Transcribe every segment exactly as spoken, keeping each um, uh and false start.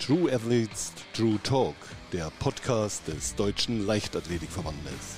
True Athletes, True Talk, der Podcast des Deutschen Leichtathletikverbandes.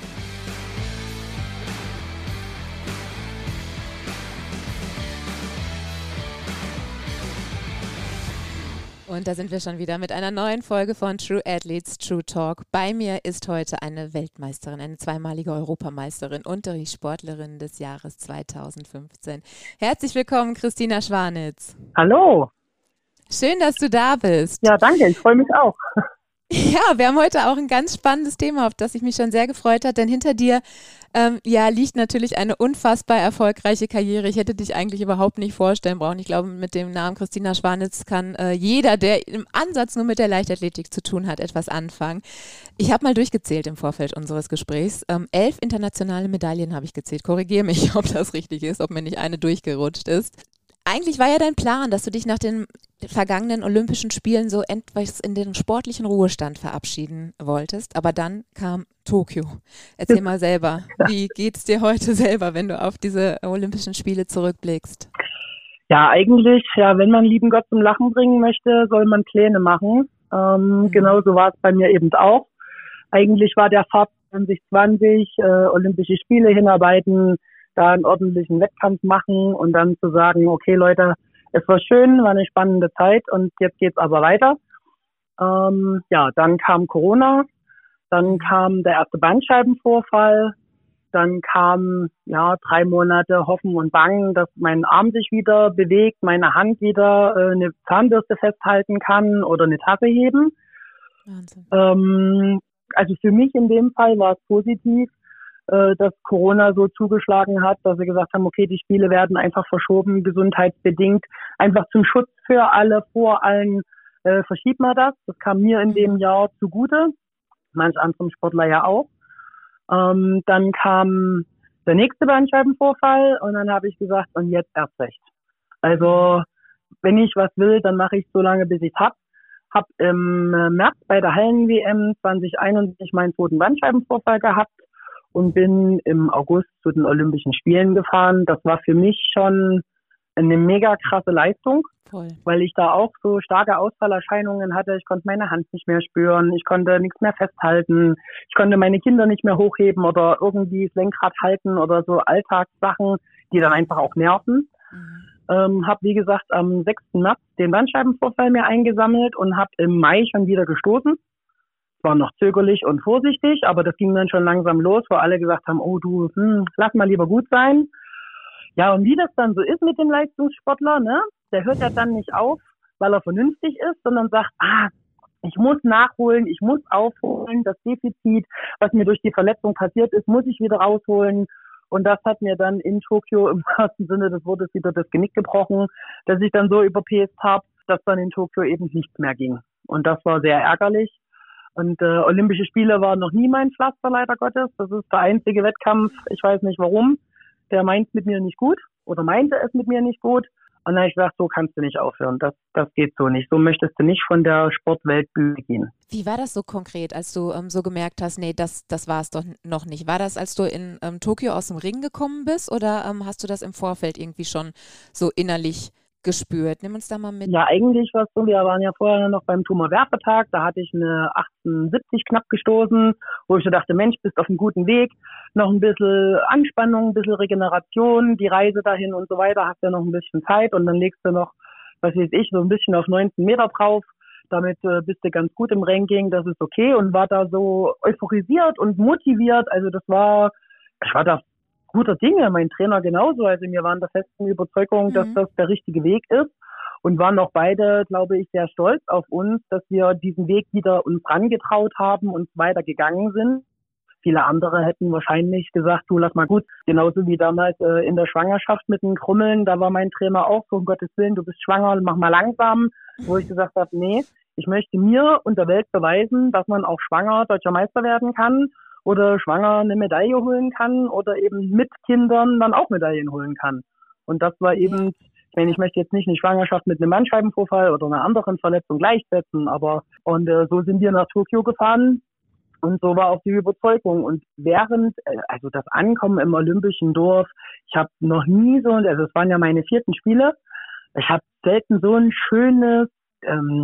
Und da sind wir schon wieder mit einer neuen Folge von True Athletes, True Talk. Bei mir ist heute eine Weltmeisterin, eine zweimalige Europameisterin und die Sportlerin des Jahres zweitausendfünfzehn. Herzlich willkommen, Christina Schwanitz. Hallo. Schön, dass du da bist. Ja, danke, ich freue mich auch. Ja, wir haben heute auch ein ganz spannendes Thema, auf das ich mich schon sehr gefreut habe, denn hinter dir ähm, ja, liegt natürlich eine unfassbar erfolgreiche Karriere. Ich hätte dich eigentlich überhaupt nicht vorstellen brauchen. Ich glaube, mit dem Namen Christina Schwanitz kann äh, jeder, der im Ansatz nur mit der Leichtathletik zu tun hat, etwas anfangen. Ich habe mal durchgezählt im Vorfeld unseres Gesprächs. Ähm, elf internationale Medaillen habe ich gezählt. Korrigiere mich, ob das richtig ist, ob mir nicht eine durchgerutscht ist. Eigentlich war ja dein Plan, dass du dich nach den vergangenen Olympischen Spielen so etwas in den sportlichen Ruhestand verabschieden wolltest, aber dann kam Tokio. Erzähl mal selber, wie geht's dir heute selber, wenn du auf diese Olympischen Spiele zurückblickst? Ja, eigentlich, ja, wenn man lieben Gott zum Lachen bringen möchte, soll man Pläne machen. Ähm, mhm. Genauso war es bei mir eben auch. Eigentlich war der Fahrplan zwanzig zwanzig, äh, Olympische Spiele hinarbeiten, da einen ordentlichen Wettkampf machen und dann zu sagen, okay Leute, es war schön, war eine spannende Zeit und jetzt geht's aber weiter. Ähm, ja, dann kam Corona, dann kam der erste Bandscheibenvorfall, dann kam ja drei Monate Hoffen und Bangen, dass mein Arm sich wieder bewegt, meine Hand wieder äh, eine Zahnbürste festhalten kann oder eine Tasse heben. Wahnsinn. Ähm, also für mich in dem Fall war es positiv, dass Corona so zugeschlagen hat, dass sie gesagt haben, okay, die Spiele werden einfach verschoben, gesundheitsbedingt, einfach zum Schutz für alle, vor allen, äh, verschiebt man das. Das kam mir in dem Jahr zugute, manch anderem Sportler ja auch. Ähm, dann kam der nächste Bandscheibenvorfall und dann habe ich gesagt, und jetzt erst recht. Also, wenn ich was will, dann mache ich so lange, bis ich es hab. Hab im März bei der Hallen-W M zwanzig einundzwanzig meinen zweiten Bandscheibenvorfall gehabt und bin im August zu den Olympischen Spielen gefahren. Das war für mich schon eine mega krasse Leistung, Voll. Weil ich da auch so starke Ausfallerscheinungen hatte. Ich konnte meine Hand nicht mehr spüren, ich konnte nichts mehr festhalten, ich konnte meine Kinder nicht mehr hochheben oder irgendwie das Lenkrad halten oder so Alltagssachen, die dann einfach auch nerven. Mhm. Ähm, habe, wie gesagt, am sechsten März den Bandscheibenvorfall mir eingesammelt und habe im Mai schon wieder gestoßen. War noch zögerlich und vorsichtig, aber das ging dann schon langsam los, wo alle gesagt haben, oh du, hm, lass mal lieber gut sein. Ja, und wie das dann so ist mit dem Leistungssportler, ne, der hört ja dann nicht auf, weil er vernünftig ist, sondern sagt, ah, ich muss nachholen, ich muss aufholen, das Defizit, was mir durch die Verletzung passiert ist, muss ich wieder rausholen. Und das hat mir dann in Tokio im wahrsten Sinne des Wortes wieder das Genick gebrochen, dass ich dann so überpest habe, dass dann in Tokio eben nichts mehr ging. Und das war sehr ärgerlich. Und äh, Olympische Spiele waren noch nie mein Pflaster, leider Gottes. Das ist der einzige Wettkampf, ich weiß nicht warum, der meint mit mir nicht gut oder meinte es mit mir nicht gut. Und dann habe ich gesagt, so kannst du nicht aufhören, das, das geht so nicht. So möchtest du nicht von der Sportweltbühne gehen. Wie war das so konkret, als du ähm, so gemerkt hast, nee, das, das war es doch noch nicht? War das, als du in ähm, Tokio aus dem Ring gekommen bist oder ähm, hast du das im Vorfeld irgendwie schon so innerlich gespürt? Nimm uns da mal mit. Ja, eigentlich war es so, wir waren ja vorher noch beim Tumorwerfertag, da hatte ich eine achtundsiebzig knapp gestoßen, wo ich so dachte, Mensch, bist auf einem guten Weg, noch ein bisschen Anspannung, ein bisschen Regeneration, die Reise dahin und so weiter, hast ja noch ein bisschen Zeit und dann legst du noch, was weiß ich, so ein bisschen auf neunzehn Meter drauf, damit äh, bist du ganz gut im Ranking, das ist okay und war da so euphorisiert und motiviert, also das war, ich war da guter Dinge, mein Trainer genauso. Also wir waren der festen Überzeugung, mhm. dass das der richtige Weg ist und waren auch beide, glaube ich, sehr stolz auf uns, dass wir diesen Weg wieder uns rangetraut haben und weiter gegangen sind. Viele andere hätten wahrscheinlich gesagt, du lass mal gut. Genauso wie damals äh, in der Schwangerschaft mit den Krümmeln, da war mein Trainer auch so, um Gottes Willen, du bist schwanger, mach mal langsam. Wo ich gesagt habe, nee, ich möchte mir und der Welt beweisen, dass man auch schwanger deutscher Meister werden kann. Oder schwanger eine Medaille holen kann oder eben mit Kindern dann auch Medaillen holen kann. Und das war eben, ich meine, ich möchte jetzt nicht eine Schwangerschaft mit einem Bandscheibenvorfall oder einer anderen Verletzung gleichsetzen, aber und äh, so sind wir nach Tokio gefahren und so war auch die Überzeugung. Und während, äh, also das Ankommen im Olympischen Dorf, ich habe noch nie so, also es waren ja meine vierten Spiele, ich habe selten so ein schönes, ähm,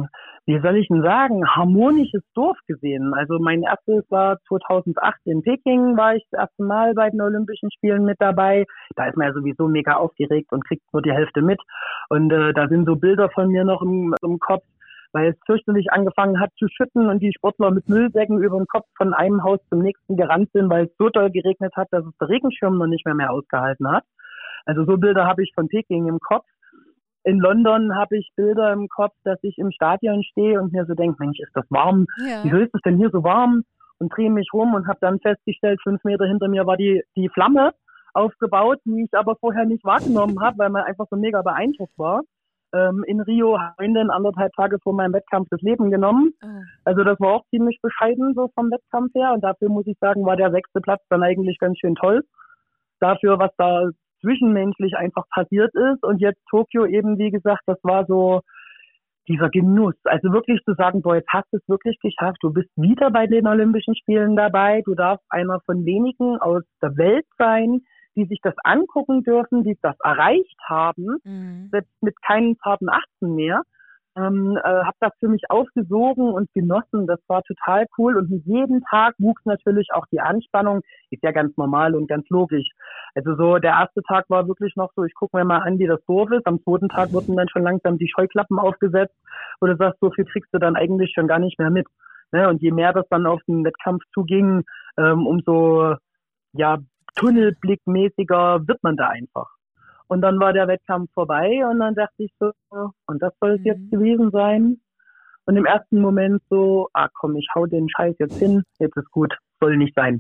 wie soll ich denn sagen, harmonisches Dorf gesehen. Also mein erstes war zweitausendacht in Peking, war ich das erste Mal bei den Olympischen Spielen mit dabei. Da ist man ja sowieso mega aufgeregt und kriegt nur die Hälfte mit. Und äh, da sind so Bilder von mir noch im, im Kopf, weil es fürchterlich angefangen hat zu schütten und die Sportler mit Müllsäcken über den Kopf von einem Haus zum nächsten gerannt sind, weil es so doll geregnet hat, dass es der Regenschirm noch nicht mehr mehr ausgehalten hat. Also so Bilder habe ich von Peking im Kopf. In London habe ich Bilder im Kopf, dass ich im Stadion stehe und mir so denke, Mensch, ist das warm? Ja. Wieso ist es denn hier so warm? Und drehe mich rum und habe dann festgestellt, fünf Meter hinter mir war die die Flamme aufgebaut, die ich aber vorher nicht wahrgenommen habe, weil man einfach so mega beeindruckt war. Ähm, in Rio habe ich dann anderthalb Tage vor meinem Wettkampf das Leben genommen. Oh. Also das war auch ziemlich bescheiden so vom Wettkampf her. Und dafür muss ich sagen, war der sechste Platz dann eigentlich ganz schön toll. Dafür, was da zwischenmenschlich einfach passiert ist. Und jetzt Tokio eben, wie gesagt, das war so dieser Genuss. Also wirklich zu sagen, boah, jetzt hast du es wirklich geschafft. Du bist wieder bei den Olympischen Spielen dabei. Du darfst einer von wenigen aus der Welt sein, die sich das angucken dürfen, die das erreicht haben, mhm. selbst mit keinen zarten achtzehn mehr. Ähm, äh, habe das für mich aufgesogen und genossen. Das war total cool. Und mit jedem Tag wuchs natürlich auch die Anspannung. Ist ja ganz normal und ganz logisch. Also so der erste Tag war wirklich noch so, ich gucke mir mal an, wie das Dorf ist. Am zweiten Tag wurden dann schon langsam die Scheuklappen aufgesetzt, wo du sagst, so viel kriegst du dann eigentlich schon gar nicht mehr mit. Ne? Und je mehr das dann auf den Wettkampf zuging, ähm, umso ja tunnelblickmäßiger wird man da einfach. Und dann war der Wettkampf vorbei und dann dachte ich so, und das soll es mhm. jetzt gewesen sein. Und im ersten Moment so, ah komm, ich hau den Scheiß jetzt hin, jetzt ist gut, soll nicht sein.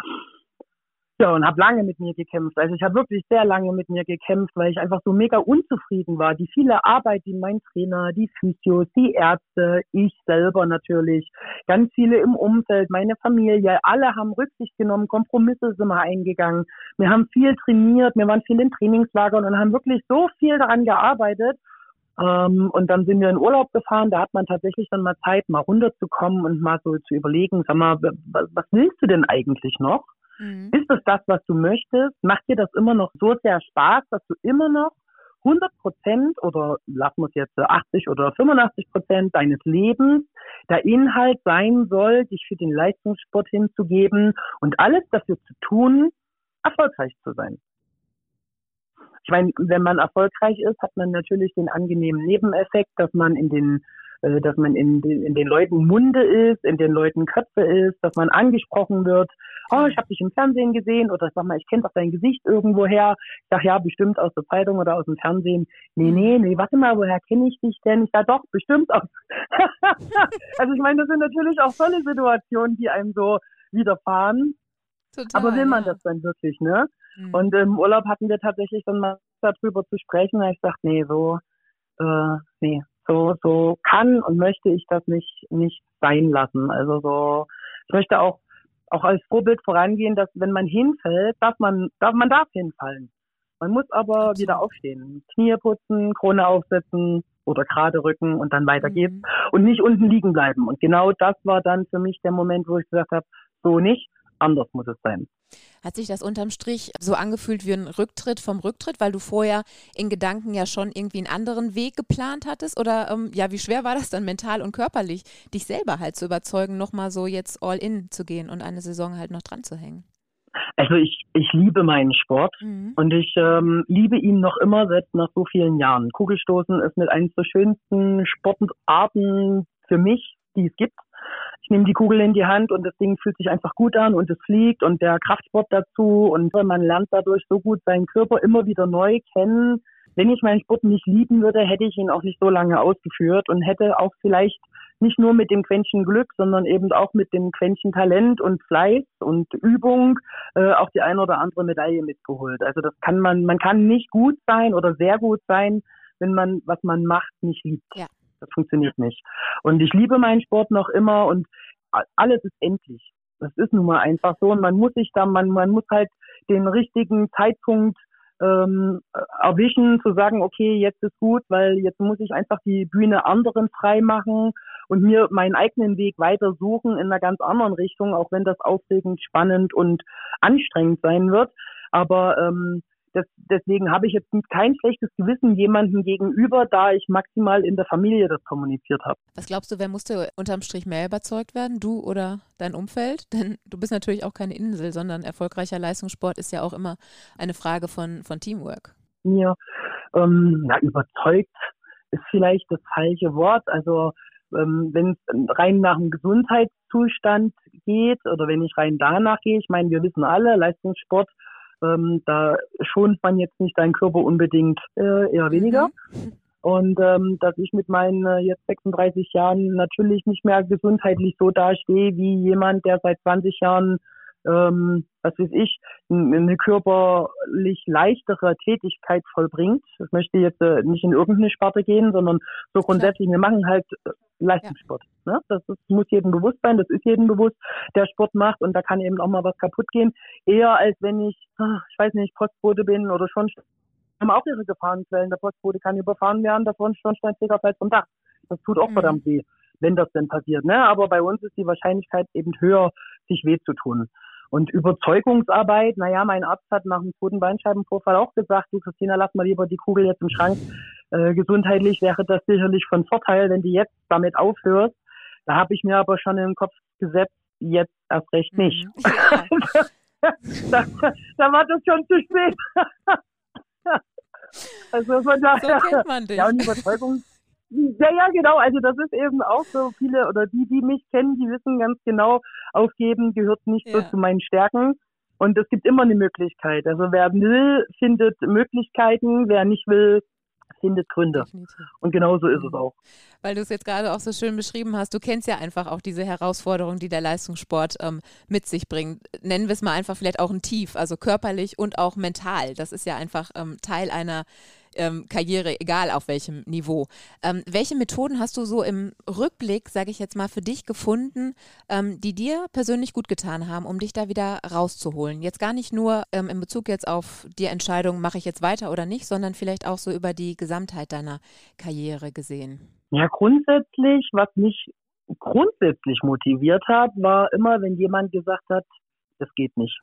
Ja, und habe lange mit mir gekämpft. Also ich habe wirklich sehr lange mit mir gekämpft, weil ich einfach so mega unzufrieden war. Die viele Arbeit, die mein Trainer, die Physios, die Ärzte, ich selber natürlich, ganz viele im Umfeld, meine Familie, alle haben Rücksicht genommen, Kompromisse sind wir eingegangen. Wir haben viel trainiert, wir waren viel in Trainingslagern und haben wirklich so viel daran gearbeitet. Ähm, und dann sind wir in Urlaub gefahren, da hat man tatsächlich dann mal Zeit, mal runterzukommen und mal so zu überlegen, sag mal, was, was willst du denn eigentlich noch? Mhm. Ist es das, was du möchtest? Macht dir das immer noch so sehr Spaß, dass du immer noch hundert Prozent oder lassen wir es jetzt achtzig oder fünfundachtzig Prozent deines Lebens der Inhalt sein soll, dich für den Leistungssport hinzugeben und alles dafür zu tun, erfolgreich zu sein? Ich meine, wenn man erfolgreich ist, hat man natürlich den angenehmen Nebeneffekt, dass man in den dass man in den, in den Leuten Munde ist, in den Leuten Köpfe ist, dass man angesprochen wird. Oh, ich habe dich im Fernsehen gesehen oder sag mal, ich kenne doch dein Gesicht irgendwoher. Ich sag, ja, bestimmt aus der Zeitung oder aus dem Fernsehen. Nee, nee, nee, warte mal, woher kenne ich dich denn? Ich sag, doch, bestimmt aus. Also ich meine, das sind natürlich auch tolle Situationen, die einem so widerfahren. Total, aber will man ja. das dann wirklich, ne? Mhm. Und im Urlaub hatten wir tatsächlich dann mal darüber zu sprechen. Da ich sag, nee, so, äh, nee. So, so kann und möchte ich das nicht, nicht sein lassen. Also so, ich möchte auch, auch als Vorbild vorangehen, dass wenn man hinfällt, darf man, darf, man darf hinfallen. Man muss aber Absolut. wieder aufstehen. Knie putzen, Krone aufsetzen oder gerade rücken und dann weiter geht's. Mhm. Und nicht unten liegen bleiben. Und genau das war dann für mich der Moment, wo ich gesagt habe, so nicht, anders muss es sein. Hat sich das unterm Strich so angefühlt wie ein Rücktritt vom Rücktritt, weil du vorher in Gedanken ja schon irgendwie einen anderen Weg geplant hattest? Oder ähm, ja, wie schwer war das dann mental und körperlich, dich selber halt zu überzeugen, nochmal so jetzt all in zu gehen und eine Saison halt noch dran zu hängen? Also ich, ich liebe meinen Sport mhm. und ich ähm, liebe ihn noch immer, selbst nach so vielen Jahren. Kugelstoßen ist mit eines der schönsten Sportarten für mich, die es gibt. Ich nehme die Kugel in die Hand und das Ding fühlt sich einfach gut an und es fliegt und der Kraftsport dazu und man lernt dadurch so gut seinen Körper immer wieder neu kennen. Wenn ich meinen Sport nicht lieben würde, hätte ich ihn auch nicht so lange ausgeführt und hätte auch vielleicht nicht nur mit dem Quäntchen Glück, sondern eben auch mit dem Quäntchen Talent und Fleiß und Übung äh, auch die eine oder andere Medaille mitgeholt. Also das kann man, man kann nicht gut sein oder sehr gut sein, wenn man, was man macht, nicht liebt. Ja. Das funktioniert nicht. Und ich liebe meinen Sport noch immer und alles ist endlich. Das ist nun mal einfach so und man muss sich da, man, man muss halt den richtigen Zeitpunkt ähm, erwischen, zu sagen, okay, jetzt ist gut, weil jetzt muss ich einfach die Bühne anderen frei machen und mir meinen eigenen Weg weiter suchen in einer ganz anderen Richtung, auch wenn das aufregend, spannend und anstrengend sein wird. Aber ähm, das, deswegen habe ich jetzt kein schlechtes Gewissen jemandem gegenüber, da ich maximal in der Familie das kommuniziert habe. Was glaubst du, wer musste unterm Strich mehr überzeugt werden, du oder dein Umfeld? Denn du bist natürlich auch keine Insel, sondern erfolgreicher Leistungssport ist ja auch immer eine Frage von, von Teamwork. Mir, ähm, ja, überzeugt ist vielleicht das falsche Wort. Also ähm, wenn es rein nach dem Gesundheitszustand geht oder wenn ich rein danach gehe, ich meine, wir wissen alle, Leistungssport, ähm, da schont man jetzt nicht deinen Körper unbedingt, äh, eher weniger. Mhm. Und ähm, dass ich mit meinen äh, jetzt sechsunddreißig Jahren natürlich nicht mehr gesundheitlich so dastehe wie jemand, der seit zwanzig Jahren ähm, was weiß ich, eine körperlich leichtere Tätigkeit vollbringt. Ich möchte jetzt äh, nicht in irgendeine Sparte gehen, sondern so grundsätzlich, wir machen halt Leistungssport. Ja. Ne? Das ist, muss jedem bewusst sein, das ist jedem bewusst, der Sport macht und da kann eben auch mal was kaputt gehen. Eher als wenn ich, ich weiß nicht, Postbote bin oder schon, haben auch ihre Gefahrenquellen. Der Postbote kann überfahren werden, der Schornsteinfeger fällt vom Dach. Das tut auch mhm. verdammt weh, wenn das denn passiert. Ne? Aber bei uns ist die Wahrscheinlichkeit eben höher, sich weh zu tun. Und Überzeugungsarbeit, naja, mein Arzt hat nach dem zweiten Bandscheibenvorfall auch gesagt, du Christina, lass mal lieber die Kugel jetzt im Schrank. Äh, gesundheitlich wäre das sicherlich von Vorteil, wenn du jetzt damit aufhörst. Da habe ich mir aber schon in den Kopf gesetzt, jetzt erst recht nicht. Ja. da, da war das schon zu spät. also von daher, so kennt man dich. Ja, und Überzeugung. Ja, ja, genau. Also das ist eben auch so, viele oder die, die mich kennen, die wissen ganz genau, aufgeben gehört nicht ja. so zu meinen Stärken. Und es gibt immer eine Möglichkeit. Also wer will, findet Möglichkeiten. Wer nicht will, findet Gründe. Definitiv. Und genau so ist es auch. Weil du es jetzt gerade auch so schön beschrieben hast, du kennst ja einfach auch diese Herausforderung, die der Leistungssport ähm, mit sich bringt. Nennen wir es mal einfach vielleicht auch ein Tief, also körperlich und auch mental. Das ist ja einfach ähm, Teil einer ähm, Karriere, egal auf welchem Niveau. Ähm, welche Methoden hast du so im Rückblick, sage ich jetzt mal, für dich gefunden, ähm, die dir persönlich gut getan haben, um dich da wieder rauszuholen? Jetzt gar nicht nur ähm, in Bezug jetzt auf die Entscheidung, mache ich jetzt weiter oder nicht, sondern vielleicht auch so über die Gesamtheit deiner Karriere gesehen. Ja, grundsätzlich, was mich grundsätzlich motiviert hat, war immer, wenn jemand gesagt hat, das geht nicht.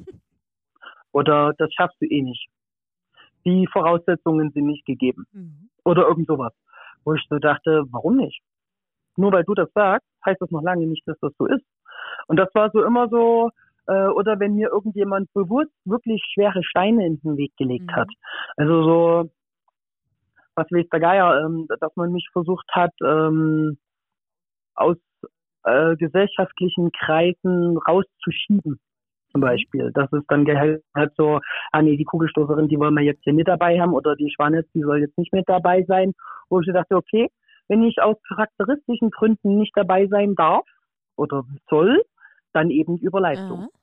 Oder das schaffst du eh nicht. Die Voraussetzungen sind nicht gegeben. Mhm. Oder irgend sowas. Wo ich so dachte, warum nicht? Nur weil du das sagst, heißt das noch lange nicht, dass das so ist. Und das war so immer so, äh, oder wenn mir irgendjemand bewusst wirklich schwere Steine in den Weg gelegt mhm. hat. Also so, was weiß der Geier, ähm, dass man mich versucht hat, ähm, aus äh, gesellschaftlichen Kreisen rauszuschieben, zum Beispiel. Das ist dann halt so, ah nee, die Kugelstoßerin, die wollen wir jetzt hier mit dabei haben oder die Schwanitz, die soll jetzt nicht mit dabei sein. Wo ich dachte, okay, wenn ich aus charakteristischen Gründen nicht dabei sein darf oder soll, dann eben über Leistung. Mhm.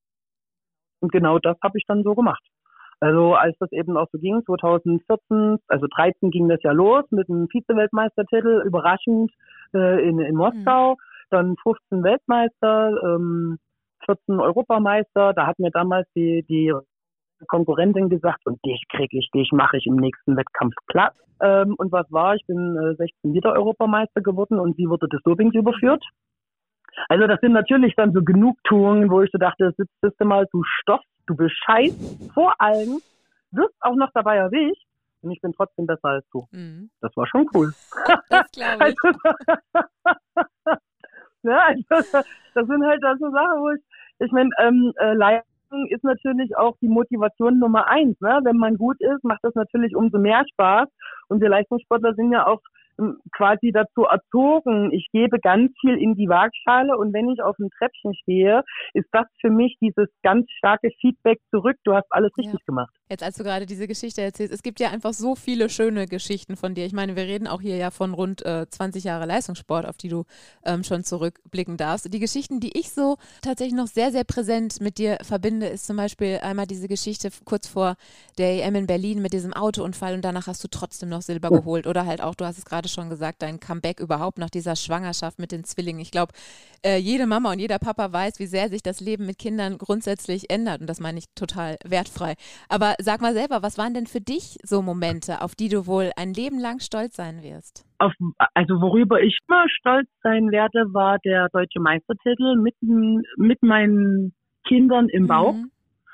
Und genau das habe ich dann so gemacht. Also als das eben auch so ging, zweitausendvierzehn, also dreizehn ging das ja los mit einem Vize-Weltmeistertitel, überraschend äh, in, in Moskau, mhm. dann fünfzehn Weltmeister, ähm, vierzehn Europameister, da hat mir damals die, die Konkurrentin gesagt, und dich kriege ich, dich mache ich im nächsten Wettkampf platt. Ähm, und was war? Ich bin äh, sechzehn wieder Europameister geworden und sie wurde des Dopings überführt. Also das sind natürlich dann so Genugtuungen, wo ich so dachte, sitzt du mal, du Stoff, du bescheißt, vor allem, wirst auch noch dabei erwischt und ich bin trotzdem besser als du. Mhm. Das war schon cool. Das glaube ich. Also, ja, also, das sind halt so Sachen, wo ich, ich meine, ähm, äh, Leistung ist natürlich auch die Motivation Nummer eins. Ne? Wenn man gut ist, macht das natürlich umso mehr Spaß und wir Leistungssportler sind ja auch quasi dazu erzogen, ich gebe ganz viel in die Waagschale und wenn ich auf dem Treppchen stehe, ist das für mich dieses ganz starke Feedback zurück, du hast alles richtig ja. gemacht. Jetzt als du gerade diese Geschichte erzählst, es gibt ja einfach so viele schöne Geschichten von dir. Ich meine, wir reden auch hier ja von rund äh, zwanzig Jahre Leistungssport, auf die du ähm, schon zurückblicken darfst. Die Geschichten, die ich so tatsächlich noch sehr, sehr präsent mit dir verbinde, ist zum Beispiel einmal diese Geschichte kurz vor der E M in Berlin mit diesem Autounfall und danach hast du trotzdem noch Silber ja. geholt oder halt auch, du hast es gerade schon gesagt, dein Comeback überhaupt nach dieser Schwangerschaft mit den Zwillingen. Ich glaube, äh, jede Mama und jeder Papa weiß, wie sehr sich das Leben mit Kindern grundsätzlich ändert und das meine ich total wertfrei. Aber sag mal selber, was waren denn für dich so Momente, auf die du wohl ein Leben lang stolz sein wirst? Auf, also worüber ich immer stolz sein werde, war der deutsche Meistertitel mit, mit meinen Kindern im Bauch. Mhm.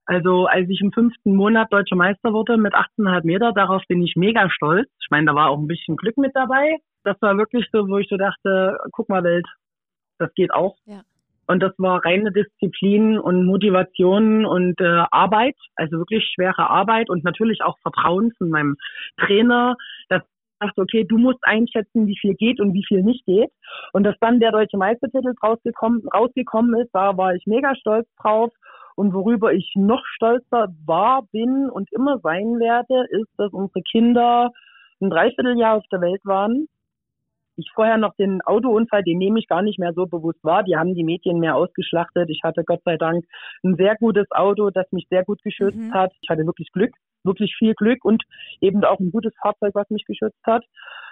Also als ich im fünften Monat Deutscher Meister wurde mit achtzehn Komma fünf Meter, darauf bin ich mega stolz. Ich meine, da war auch ein bisschen Glück mit dabei. Das war wirklich so, wo ich so dachte, guck mal Welt, das geht auch. Ja. Und das war reine Disziplin und Motivation und äh, Arbeit, also wirklich schwere Arbeit und natürlich auch Vertrauen von meinem Trainer, dass ich dachte, okay, du musst einschätzen, wie viel geht und wie viel nicht geht. Und dass dann der Deutsche Meistertitel rausgekommen, rausgekommen ist, da war ich mega stolz drauf. Und worüber ich noch stolzer war, bin und immer sein werde, ist, dass unsere Kinder ein Dreivierteljahr auf der Welt waren. Ich vorher noch den Autounfall, den nehme ich gar nicht mehr so bewusst wahr. Die haben die Medien mehr ausgeschlachtet. Ich hatte Gott sei Dank ein sehr gutes Auto, das mich sehr gut geschützt mhm. hat. Ich hatte wirklich Glück, wirklich viel Glück und eben auch ein gutes Fahrzeug, was mich geschützt hat.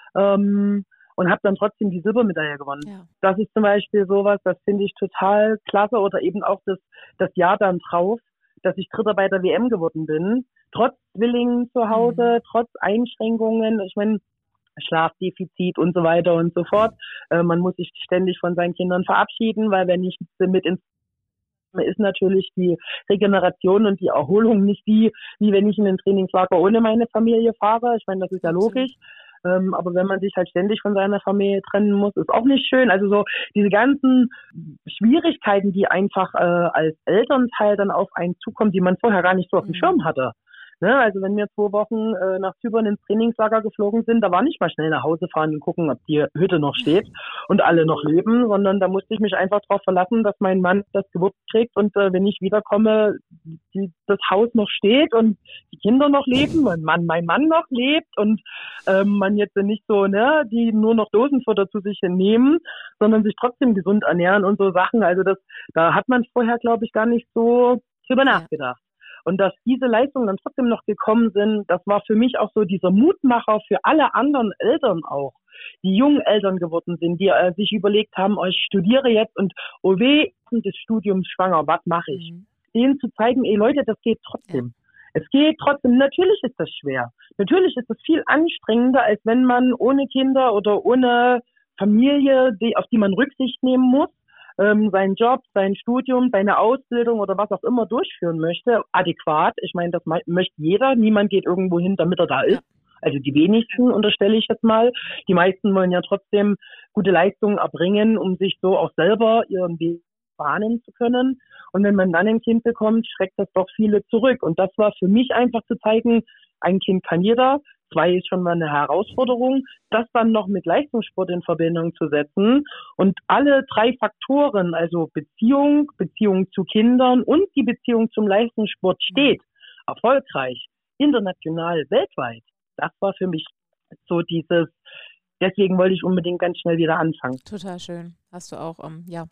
Ähm, und habe dann trotzdem die Silbermedaille gewonnen. Ja. Das ist zum Beispiel sowas, das finde ich total klasse. Oder eben auch das, das Jahr dann drauf, dass ich Dritter bei der W M geworden bin. Trotz Zwillingen zu Hause, mhm. trotz Einschränkungen. Ich meine, Schlafdefizit und so weiter und so fort. Äh, man muss sich ständig von seinen Kindern verabschieden, weil wenn ich mit ins ist natürlich die Regeneration und die Erholung nicht die, wie wenn ich in ein Trainingslager ohne meine Familie fahre. Ich meine, das ist ja logisch. Ähm, aber wenn man sich halt ständig von seiner Familie trennen muss, ist auch nicht schön. Also so diese ganzen Schwierigkeiten, die einfach äh, als Elternteil dann auf einen zukommen, die man vorher gar nicht so auf dem Schirm hatte. Ne? Also wenn wir zwei Wochen äh, nach Zypern ins Trainingslager geflogen sind, da war nicht mal schnell nach Hause fahren und gucken, ob die Hütte noch steht und alle noch leben, sondern da musste ich mich einfach darauf verlassen, dass mein Mann das gewuppt kriegt und äh, wenn ich wiederkomme, die, das Haus noch steht und die Kinder noch leben, mein Mann, mein Mann noch lebt und ähm, man jetzt nicht so, ne, die nur noch Dosenfutter zu sich nehmen, sondern sich trotzdem gesund ernähren und so Sachen. Also das, da hat man vorher, glaube ich, gar nicht so drüber nachgedacht. Und dass diese Leistungen dann trotzdem noch gekommen sind, das war für mich auch so dieser Mutmacher für alle anderen Eltern auch, die jungen Eltern geworden sind, die äh, sich überlegt haben, oh, ich studiere jetzt und oh weh, des Studiums schwanger, was mache ich? Mhm. Denen zu zeigen, ey Leute, das geht trotzdem. Ja. Es geht trotzdem. Natürlich ist das schwer. Natürlich ist es viel anstrengender, als wenn man ohne Kinder oder ohne Familie, die, auf die man Rücksicht nehmen muss, ähm, seinen Job, sein Studium, seine Ausbildung oder was auch immer durchführen möchte, adäquat. Ich meine, das möchte jeder. Niemand geht irgendwo hin, damit er da ist. Ja. Also die wenigsten, unterstelle ich jetzt mal. Die meisten wollen ja trotzdem gute Leistungen erbringen, um sich so auch selber ihren Weg bahnen zu können. Und wenn man dann ein Kind bekommt, schreckt das doch viele zurück. Und das war für mich einfach zu zeigen, ein Kind kann jeder. Zwei ist schon mal eine Herausforderung, das dann noch mit Leistungssport in Verbindung zu setzen und alle drei Faktoren, also Beziehung, Beziehung zu Kindern und die Beziehung zum Leistungssport steht, erfolgreich, international, weltweit. Das war für mich so dieses, deswegen wollte ich unbedingt ganz schnell wieder anfangen. Total schön. Hast du auch, um, ja,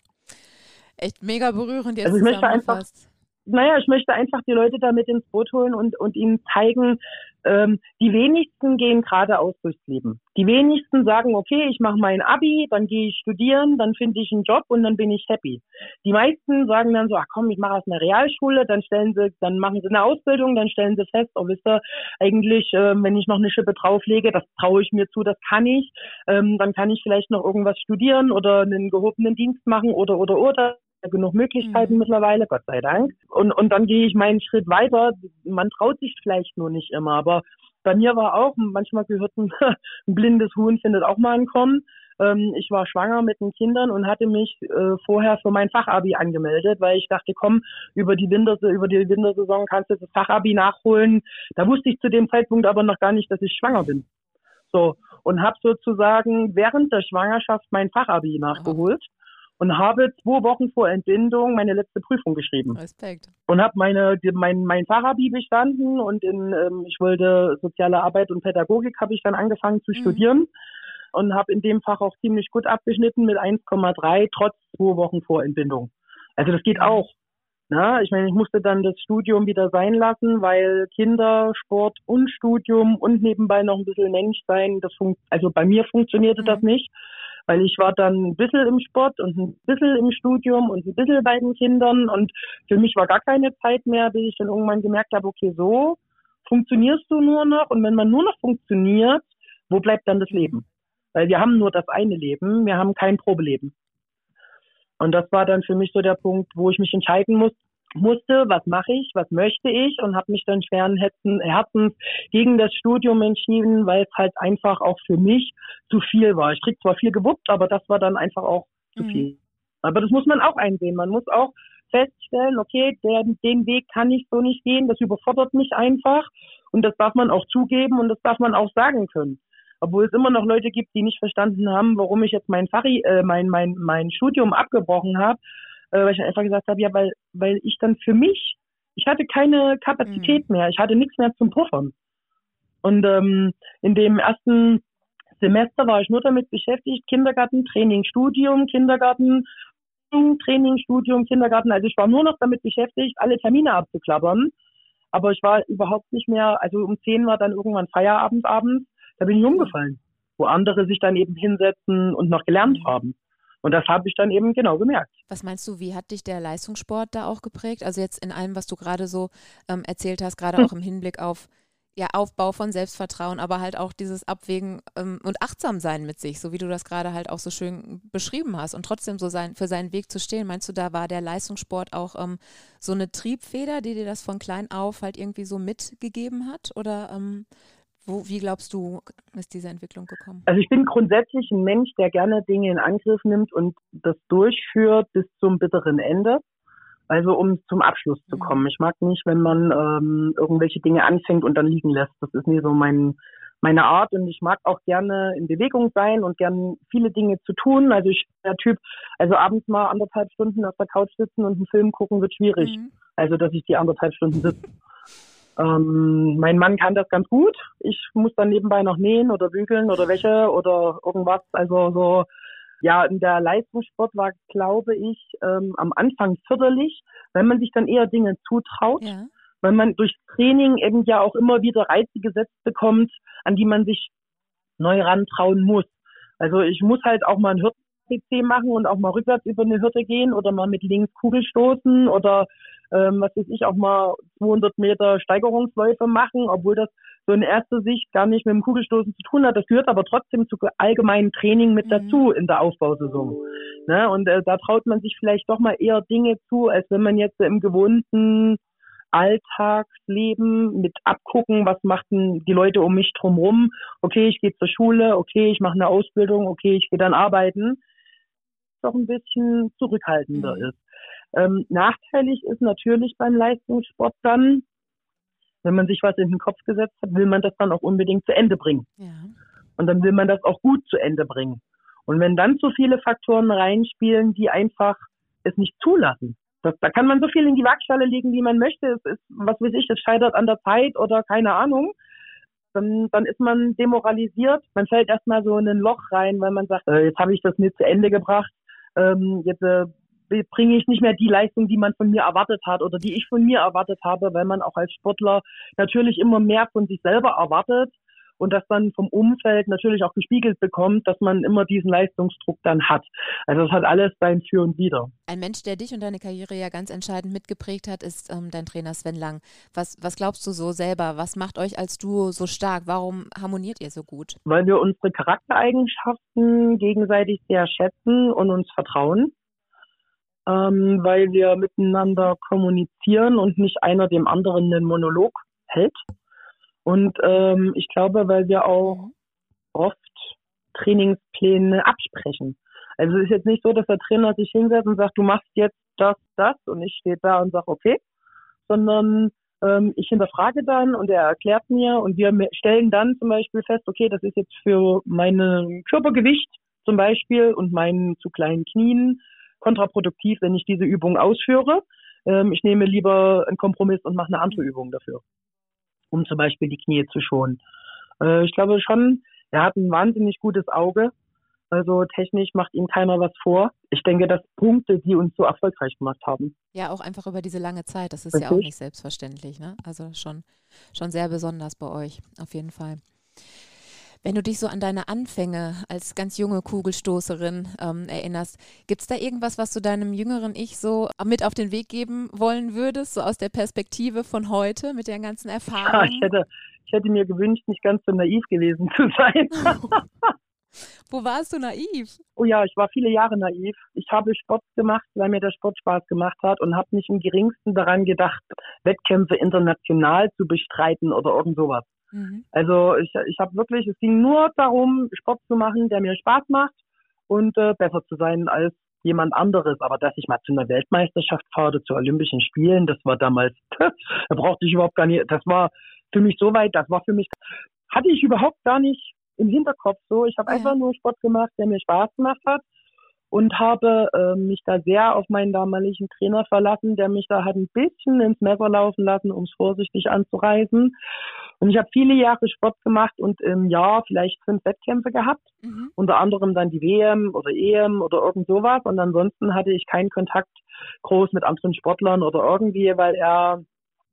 echt mega berührend jetzt also ich möchte einfach, Naja, ich möchte einfach die Leute da mit ins Boot holen und, und ihnen zeigen, ähm, die wenigsten gehen geradeaus durchs Leben. Die wenigsten sagen, okay, ich mache mein Abi, dann gehe ich studieren, dann finde ich einen Job und dann bin ich happy. Die meisten sagen dann so, ach komm, ich mache aus einer Realschule, dann stellen sie, dann machen sie eine Ausbildung, dann stellen sie fest, oh wisst ihr, eigentlich, äh, wenn ich noch eine Schippe drauflege, das traue ich mir zu, das kann ich, ähm, dann kann ich vielleicht noch irgendwas studieren oder einen gehobenen Dienst machen oder, oder, oder. Genug Möglichkeiten mhm. mittlerweile, Gott sei Dank. Und, und dann gehe ich meinen Schritt weiter. Man traut sich vielleicht nur nicht immer, aber bei mir war auch, manchmal gehört ein, ein blindes Huhn, findet auch mal ein Korn. Ähm, ich war schwanger mit den Kindern und hatte mich äh, vorher für mein Fachabi angemeldet, weil ich dachte, komm, über die Wintersaison, über die Wintersaison kannst du das Fachabi nachholen. Da wusste ich zu dem Zeitpunkt aber noch gar nicht, dass ich schwanger bin. So, und habe sozusagen während der Schwangerschaft mein Fachabi nachgeholt. Und habe zwei Wochen vor Entbindung meine letzte Prüfung geschrieben. Respekt. Und habe meine die, mein mein Fachabi bestanden und in ähm, ich wollte soziale Arbeit und Pädagogik habe ich dann angefangen zu mhm. studieren und habe in dem Fach auch ziemlich gut abgeschnitten mit eins Komma drei trotz zwei Wochen vor Entbindung. Also das geht mhm. auch. Na, ich meine, ich musste dann das Studium wieder sein lassen, weil Kinder, Sport und Studium und nebenbei noch ein bisschen Mensch sein, das fun- also bei mir funktionierte mhm. das nicht. Weil ich war dann ein bisschen im Sport und ein bisschen im Studium und ein bisschen bei den Kindern und für mich war gar keine Zeit mehr, bis ich dann irgendwann gemerkt habe, okay, so funktionierst du nur noch und wenn man nur noch funktioniert, wo bleibt dann das Leben? Weil wir haben nur das eine Leben, wir haben kein Probeleben. Und das war dann für mich so der Punkt, wo ich mich entscheiden muss, musste, was mache ich, was möchte ich und habe mich dann schweren Herzen, Herzens gegen das Studium entschieden, weil es halt einfach auch für mich zu viel war. Ich krieg zwar viel gewuppt, aber das war dann einfach auch zu viel. Mhm. Aber das muss man auch einsehen. Man muss auch feststellen, okay, der, den Weg kann ich so nicht gehen, das überfordert mich einfach und das darf man auch zugeben und das darf man auch sagen können. Obwohl es immer noch Leute gibt, die nicht verstanden haben, warum ich jetzt mein Fach, äh, mein, mein, mein Studium abgebrochen habe, äh, weil ich einfach gesagt habe, ja, weil, weil ich dann für mich, ich hatte keine Kapazität mhm. mehr, ich hatte nichts mehr zum Puffern. Und ähm, in dem ersten Semester war ich nur damit beschäftigt, Kindergarten, Training, Studium, Kindergarten, Training, Studium, Kindergarten. Also ich war nur noch damit beschäftigt, alle Termine abzuklappern. Aber ich war überhaupt nicht mehr, also um zehn war dann irgendwann Feierabend abends, da bin ich umgefallen, wo andere sich dann eben hinsetzen und noch gelernt mhm. haben. Und das habe ich dann eben genau gemerkt. Was meinst du, wie hat dich der Leistungssport da auch geprägt? Also jetzt in allem, was du gerade so ähm, erzählt hast, gerade hm. auch im Hinblick auf ja, Aufbau von Selbstvertrauen, aber halt auch dieses Abwägen ähm, und Achtsamsein mit sich, so wie du das gerade halt auch so schön beschrieben hast und trotzdem so sein, für seinen Weg zu stehen. Meinst du, da war der Leistungssport auch ähm, so eine Triebfeder, die dir das von klein auf halt irgendwie so mitgegeben hat? Oder ähm, wo, wie glaubst du, ist diese Entwicklung gekommen? Also ich bin grundsätzlich ein Mensch, der gerne Dinge in Angriff nimmt und das durchführt bis zum bitteren Ende. Also um zum Abschluss zu kommen. Ich mag nicht, wenn man ähm, irgendwelche Dinge anfängt und dann liegen lässt. Das ist nie so mein meine Art und ich mag auch gerne in Bewegung sein und gerne viele Dinge zu tun. Also ich bin der Typ, also abends mal anderthalb Stunden auf der Couch sitzen und einen Film gucken wird schwierig. Mhm. Also dass ich die anderthalb Stunden sitze. ähm, mein Mann kann das ganz gut. Ich muss dann nebenbei noch nähen oder bügeln oder Wäsche oder irgendwas. Also so. Ja, in der Leistungssport war, glaube ich, ähm, am Anfang förderlich, wenn man sich dann eher Dinge zutraut, ja. weil man durch Training eben ja auch immer wieder Reize gesetzt bekommt, an die man sich neu rantrauen muss. Also ich muss halt auch mal einen Hürden-P C machen und auch mal rückwärts über eine Hürde gehen oder mal mit links Kugel stoßen oder ähm, was weiß ich, auch mal zweihundert Meter Steigerungsläufe machen, obwohl das so in erster Sicht gar nicht mit dem Kugelstoßen zu tun hat. Das gehört aber trotzdem zu allgemeinen Training mit dazu in der Aufbausaison. Ne? Und äh, da traut man sich vielleicht doch mal eher Dinge zu, als wenn man jetzt im gewohnten Alltagsleben mit abgucken, was machten die Leute um mich drumherum. Okay, ich gehe zur Schule, okay, ich mache eine Ausbildung, okay, ich gehe dann arbeiten. Doch ein bisschen zurückhaltender mhm. ist. Ähm, nachteilig ist natürlich beim Leistungssport dann, wenn man sich was in den Kopf gesetzt hat, will man das dann auch unbedingt zu Ende bringen. Ja. Und dann will man das auch gut zu Ende bringen. Und wenn dann so viele Faktoren reinspielen, die einfach es nicht zulassen, das, da kann man so viel in die Waagschale legen, wie man möchte. Es ist, was weiß ich, es scheitert an der Zeit oder keine Ahnung. Dann, dann ist man demoralisiert. Man fällt erstmal so in ein Loch rein, weil man sagt, äh, jetzt habe ich das nicht zu Ende gebracht. Ähm, jetzt äh, bringe ich nicht mehr die Leistung, die man von mir erwartet hat oder die ich von mir erwartet habe, weil man auch als Sportler natürlich immer mehr von sich selber erwartet und das dann vom Umfeld natürlich auch gespiegelt bekommt, dass man immer diesen Leistungsdruck dann hat. Also das hat alles sein Für und Wider. Ein Mensch, der dich und deine Karriere ja ganz entscheidend mitgeprägt hat, ist ähm, dein Trainer Sven Lang. Was, was glaubst du so selber? Was macht euch als Duo so stark? Warum harmoniert ihr so gut? Weil wir unsere Charaktereigenschaften gegenseitig sehr schätzen und uns vertrauen. Ähm, weil wir miteinander kommunizieren und nicht einer dem anderen einen Monolog hält. Und ähm, ich glaube, weil wir auch oft Trainingspläne absprechen. Also es ist jetzt nicht so, dass der Trainer sich hinsetzt und sagt, du machst jetzt das, das und ich stehe da und sage, okay, sondern ähm, ich hinterfrage dann und er erklärt mir und wir stellen dann zum Beispiel fest, okay, das ist jetzt für mein Körpergewicht zum Beispiel und meinen zu kleinen Knien kontraproduktiv, wenn ich diese Übung ausführe. Ähm, ich nehme lieber einen Kompromiss und mache eine andere Übung dafür, um zum Beispiel die Knie zu schonen. Äh, ich glaube schon, er hat ein wahnsinnig gutes Auge. Also technisch macht ihm keiner was vor. Ich denke, das Punkte, die uns so erfolgreich gemacht haben. Ja, auch einfach über diese lange Zeit. Das ist Richtig? Ja auch nicht selbstverständlich, ne? Also schon, schon sehr besonders bei euch, auf jeden Fall. Wenn du dich so an deine Anfänge als ganz junge Kugelstoßerin ähm, erinnerst, gibt es da irgendwas, was du deinem jüngeren Ich so mit auf den Weg geben wollen würdest, so aus der Perspektive von heute mit den ganzen Erfahrungen? Ja, ich hätte, ich hätte mir gewünscht, nicht ganz so naiv gewesen zu sein. Wo warst du naiv? Oh ja, ich war viele Jahre naiv. Ich habe Sport gemacht, weil mir der Sport Spaß gemacht hat und habe nicht im geringsten daran gedacht, Wettkämpfe international zu bestreiten oder irgend sowas. Mhm. Also ich, ich habe wirklich, es ging nur darum, Sport zu machen, der mir Spaß macht und äh, besser zu sein als jemand anderes. Aber dass ich mal zu einer Weltmeisterschaft fahre oder zu Olympischen Spielen, das war damals, da brauchte ich überhaupt gar nicht, das war für mich so weit, das war für mich, hatte ich überhaupt gar nicht im Hinterkopf so. Ich habe ja. einfach nur Sport gemacht, der mir Spaß gemacht hat und habe äh, mich da sehr auf meinen damaligen Trainer verlassen, der mich da hat ein bisschen ins Messer laufen lassen, um es vorsichtig anzureißen. Und ich habe viele Jahre Sport gemacht und im Jahr vielleicht fünf Wettkämpfe gehabt, mhm. unter anderem dann die W M oder E M oder irgend sowas. Und ansonsten hatte ich keinen Kontakt groß mit anderen Sportlern oder irgendwie, weil er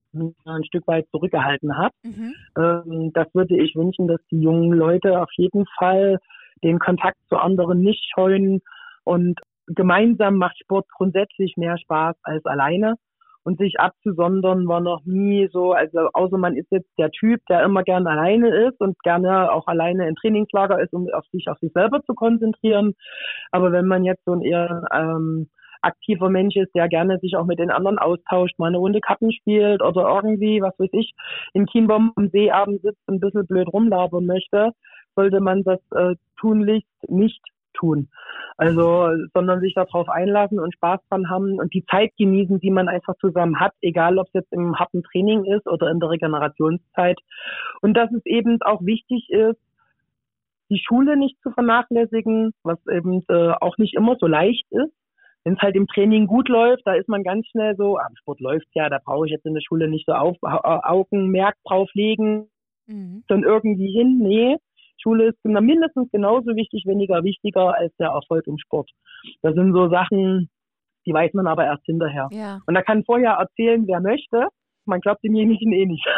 ein Stück weit zurückgehalten hat. Mhm. Ähm, das würde ich wünschen, dass die jungen Leute auf jeden Fall den Kontakt zu anderen nicht scheuen und gemeinsam macht Sport grundsätzlich mehr Spaß als alleine und sich abzusondern war noch nie so, also außer man ist jetzt der Typ, der immer gerne alleine ist und gerne auch alleine im Trainingslager ist, um auf sich auf sich selber zu konzentrieren, aber wenn man jetzt so ein eher ähm, aktiver Mensch ist, der gerne sich auch mit den anderen austauscht, mal eine Runde Karten spielt oder irgendwie, was weiß ich, in Chiembaum am Seeabend sitzt und ein bisschen blöd rumlabern möchte, sollte man das äh, tunlichst nicht tun. Also, sondern sich darauf einlassen und Spaß dran haben und die Zeit genießen, die man einfach zusammen hat, egal ob es jetzt im harten Training ist oder in der Regenerationszeit. Und dass es eben auch wichtig ist, die Schule nicht zu vernachlässigen, was eben äh, auch nicht immer so leicht ist. Wenn es halt im Training gut läuft, da ist man ganz schnell so, ah, Sport läuft ja, da brauche ich jetzt in der Schule nicht so auf, Augenmerk drauf legen, mhm. dann irgendwie hin. Nee, Schule ist mindestens genauso wichtig, weniger wichtiger als der Erfolg im Sport. Das sind so Sachen, die weiß man aber erst hinterher. Ja. Und da kann vorher erzählen, wer möchte. Man glaubt demjenigen eh nicht.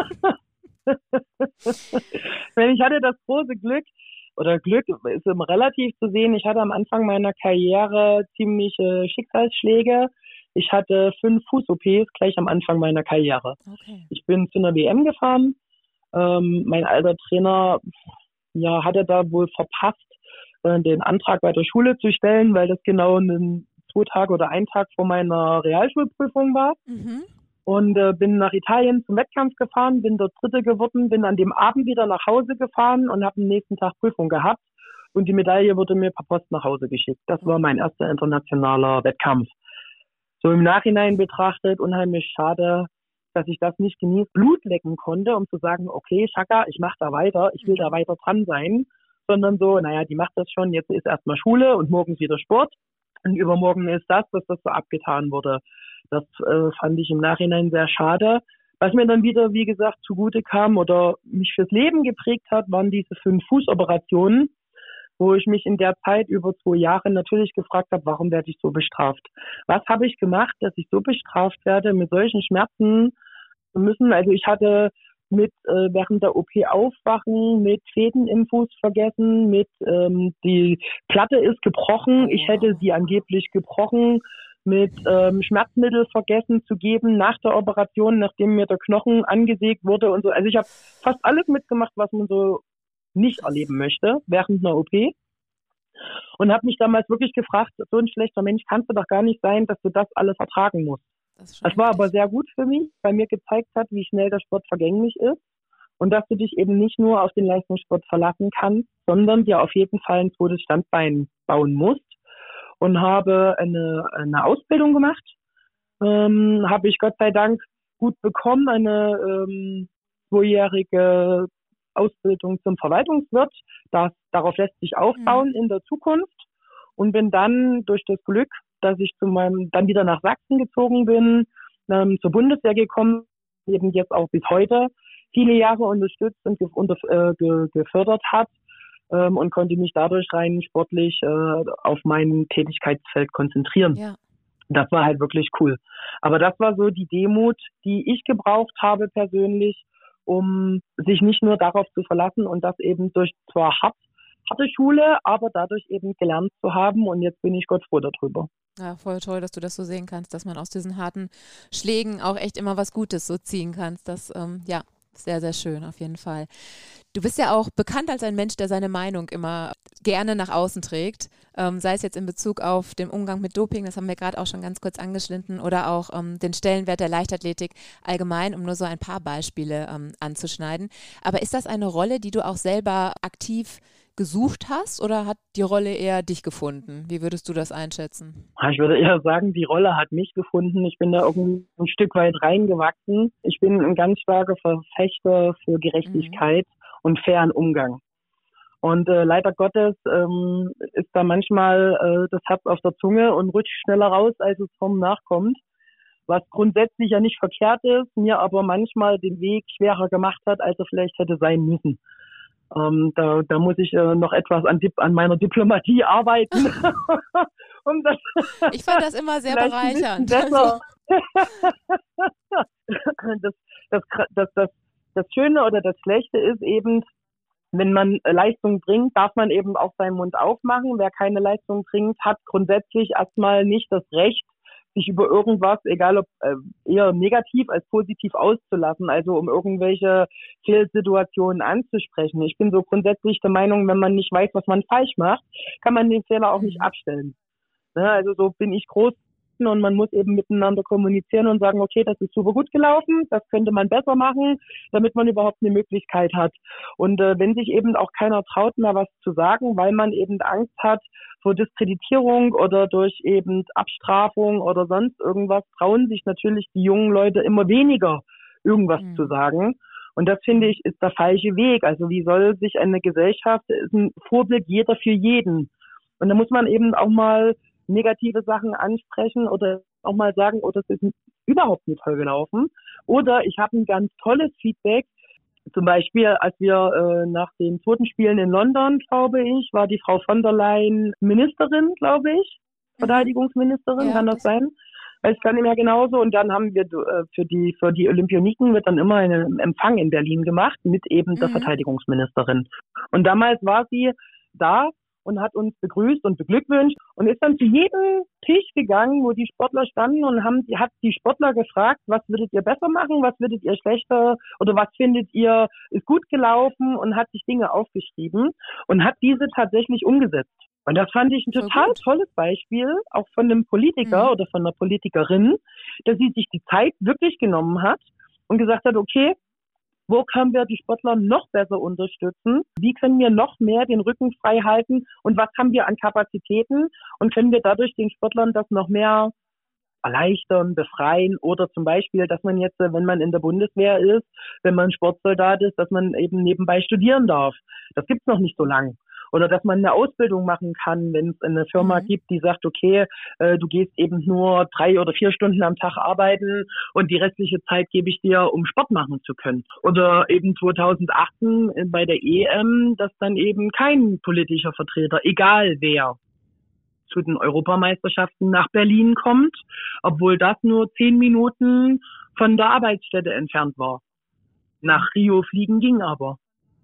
Wenn ich hatte das große Glück, oder Glück ist immer relativ zu sehen. Ich hatte am Anfang meiner Karriere ziemliche Schicksalsschläge. Ich hatte fünf Fuß-O Ps gleich am Anfang meiner Karriere. Okay. Ich bin zu einer W M gefahren. Ähm, mein alter Trainer ja, hatte da wohl verpasst, äh, den Antrag bei der Schule zu stellen, weil das genau einen, zwei Tage oder ein Tag vor meiner Realschulprüfung war. Mhm. Und äh, bin nach Italien zum Wettkampf gefahren, bin dort Dritte geworden, bin an dem Abend wieder nach Hause gefahren und habe am nächsten Tag Prüfung gehabt. Und die Medaille wurde mir per Post nach Hause geschickt. Das war mein erster internationaler Wettkampf. So im Nachhinein betrachtet, unheimlich schade, dass ich das nicht genießt, Blut lecken konnte, um zu sagen, okay, Chaka, ich mache da weiter, ich will da weiter dran sein. Sondern so, naja, die macht das schon, jetzt ist erstmal Schule und morgens wieder Sport. Und übermorgen ist das, dass das so abgetan wurde. Das äh, fand ich im Nachhinein sehr schade. Was mir dann wieder, wie gesagt, zugute kam oder mich fürs Leben geprägt hat, waren diese fünf Fußoperationen, wo ich mich in der Zeit über zwei Jahre natürlich gefragt habe, warum werde ich so bestraft? Was habe ich gemacht, dass ich so bestraft werde, mit solchen Schmerzen zu müssen? Also ich hatte mit äh, während der O P aufwachen, mit Fäden im Fuß vergessen, mit ähm, die Platte ist gebrochen, ich hätte sie angeblich gebrochen, mit ähm, Schmerzmittel vergessen zu geben nach der Operation, nachdem mir der Knochen angesägt wurde und so. Also ich habe fast alles mitgemacht, was man so nicht erleben möchte während einer O P. Und habe mich damals wirklich gefragt, so ein schlechter Mensch kannst du doch gar nicht sein, dass du das alles ertragen musst. Das, das war aber sehr gut für mich, weil mir gezeigt hat, wie schnell der Sport vergänglich ist und dass du dich eben nicht nur auf den Leistungssport verlassen kannst, sondern dir auf jeden Fall ein zweites Standbein bauen musst. Und habe eine, eine Ausbildung gemacht, ähm, habe ich Gott sei Dank gut bekommen, eine ähm, zweijährige Ausbildung zum Verwaltungswirt. Das, darauf lässt sich aufbauen mhm. in der Zukunft und bin dann durch das Glück, dass ich zu meinem dann wieder nach Sachsen gezogen bin, ähm, zur Bundeswehr gekommen, eben jetzt auch bis heute viele Jahre unterstützt und ge- unter, äh, ge- gefördert hat. Und konnte mich dadurch rein sportlich äh, auf mein Tätigkeitsfeld konzentrieren. Ja. Das war halt wirklich cool. Aber das war so die Demut, die ich gebraucht habe persönlich, um sich nicht nur darauf zu verlassen und das eben durch zwar hart, harte Schule, aber dadurch eben gelernt zu haben. Und jetzt bin ich Gott froh darüber. Ja, voll toll, dass du das so sehen kannst, dass man aus diesen harten Schlägen auch echt immer was Gutes so ziehen kannst. Das, ähm, ja, Sehr, sehr schön, auf jeden Fall. Du bist ja auch bekannt als ein Mensch, der seine Meinung immer gerne nach außen trägt, ähm, sei es jetzt in Bezug auf den Umgang mit Doping, das haben wir gerade auch schon ganz kurz angeschnitten, oder auch ähm, den Stellenwert der Leichtathletik allgemein, um nur so ein paar Beispiele ähm, anzuschneiden. Aber ist das eine Rolle, die du auch selber aktiv gesucht hast, oder hat die Rolle eher dich gefunden? Wie würdest du das einschätzen? Ich würde eher sagen, die Rolle hat mich gefunden. Ich bin da irgendwie ein Stück weit reingewachsen. Ich bin ein ganz starker Verfechter für Gerechtigkeit mhm. und fairen Umgang. Und äh, leider Gottes ähm, ist da manchmal äh, das Herz auf der Zunge und rutscht schneller raus, als es vom nachkommt. Was grundsätzlich ja nicht verkehrt ist, mir aber manchmal den Weg schwerer gemacht hat, als er vielleicht hätte sein müssen. Ähm, da, da muss ich äh, noch etwas an, Dip, an meiner Diplomatie arbeiten. um das ich fand das immer sehr bereichernd. Also. das, das, das, das, das Schöne oder das Schlechte ist eben, wenn man Leistung bringt, darf man eben auch seinen Mund aufmachen. Wer keine Leistung bringt, hat grundsätzlich erstmal nicht das Recht, sich über irgendwas, egal ob äh, eher negativ als positiv auszulassen, also um irgendwelche Fehlsituationen anzusprechen. Ich bin so grundsätzlich der Meinung, wenn man nicht weiß, was man falsch macht, kann man den Fehler auch nicht abstellen. Ne? Also so bin ich groß und man muss eben miteinander kommunizieren und sagen, okay, das ist super gut gelaufen, das könnte man besser machen, damit man überhaupt eine Möglichkeit hat. Und äh, wenn sich eben auch keiner traut, mehr was zu sagen, weil man eben Angst hat vor Diskreditierung oder durch eben Abstrafung oder sonst irgendwas, trauen sich natürlich die jungen Leute immer weniger, irgendwas mhm. zu sagen. Und das, finde ich, ist der falsche Weg. Also wie soll sich eine Gesellschaft, ist ein Vorbild jeder für jeden. Und da muss man eben auch mal negative Sachen ansprechen oder auch mal sagen, oh, das ist überhaupt nicht toll gelaufen. Oder ich habe ein ganz tolles Feedback. Zum Beispiel, als wir äh, nach den zweiten Spielen in London, glaube ich, war die Frau von der Leyen Ministerin, glaube ich, Verteidigungsministerin, ja, kann das, das sein? Weiß gar nicht mehr genauso. Und dann haben wir äh, für die für die Olympioniken wird dann immer einen Empfang in Berlin gemacht mit eben der mhm. Verteidigungsministerin. Und damals war sie da und hat uns begrüßt und beglückwünscht und ist dann zu jedem Tisch gegangen, wo die Sportler standen und haben, die hat die Sportler gefragt, was würdet ihr besser machen, was würdet ihr schlechter oder was findet ihr ist gut gelaufen und hat sich Dinge aufgeschrieben und hat diese tatsächlich umgesetzt. Und das fand ich ein total tolles Beispiel, auch von einem Politiker mhm. oder von einer Politikerin, dass sie sich die Zeit wirklich genommen hat und gesagt hat, okay, wo können wir die Sportler noch besser unterstützen? Wie können wir noch mehr den Rücken frei halten? Und was haben wir an Kapazitäten? Und können wir dadurch den Sportlern das noch mehr erleichtern, befreien? Oder zum Beispiel, dass man jetzt, wenn man in der Bundeswehr ist, wenn man Sportsoldat ist, dass man eben nebenbei studieren darf. Das gibt's noch nicht so lang. Oder dass man eine Ausbildung machen kann, wenn es eine Firma mhm. gibt, die sagt, okay, äh, du gehst eben nur drei oder vier Stunden am Tag arbeiten und die restliche Zeit gebe ich dir, um Sport machen zu können. Oder eben zweitausendachtzehn bei der E M, dass dann eben kein politischer Vertreter, egal wer, zu den Europameisterschaften nach Berlin kommt, obwohl das nur zehn Minuten von der Arbeitsstätte entfernt war. Nach Rio fliegen ging aber.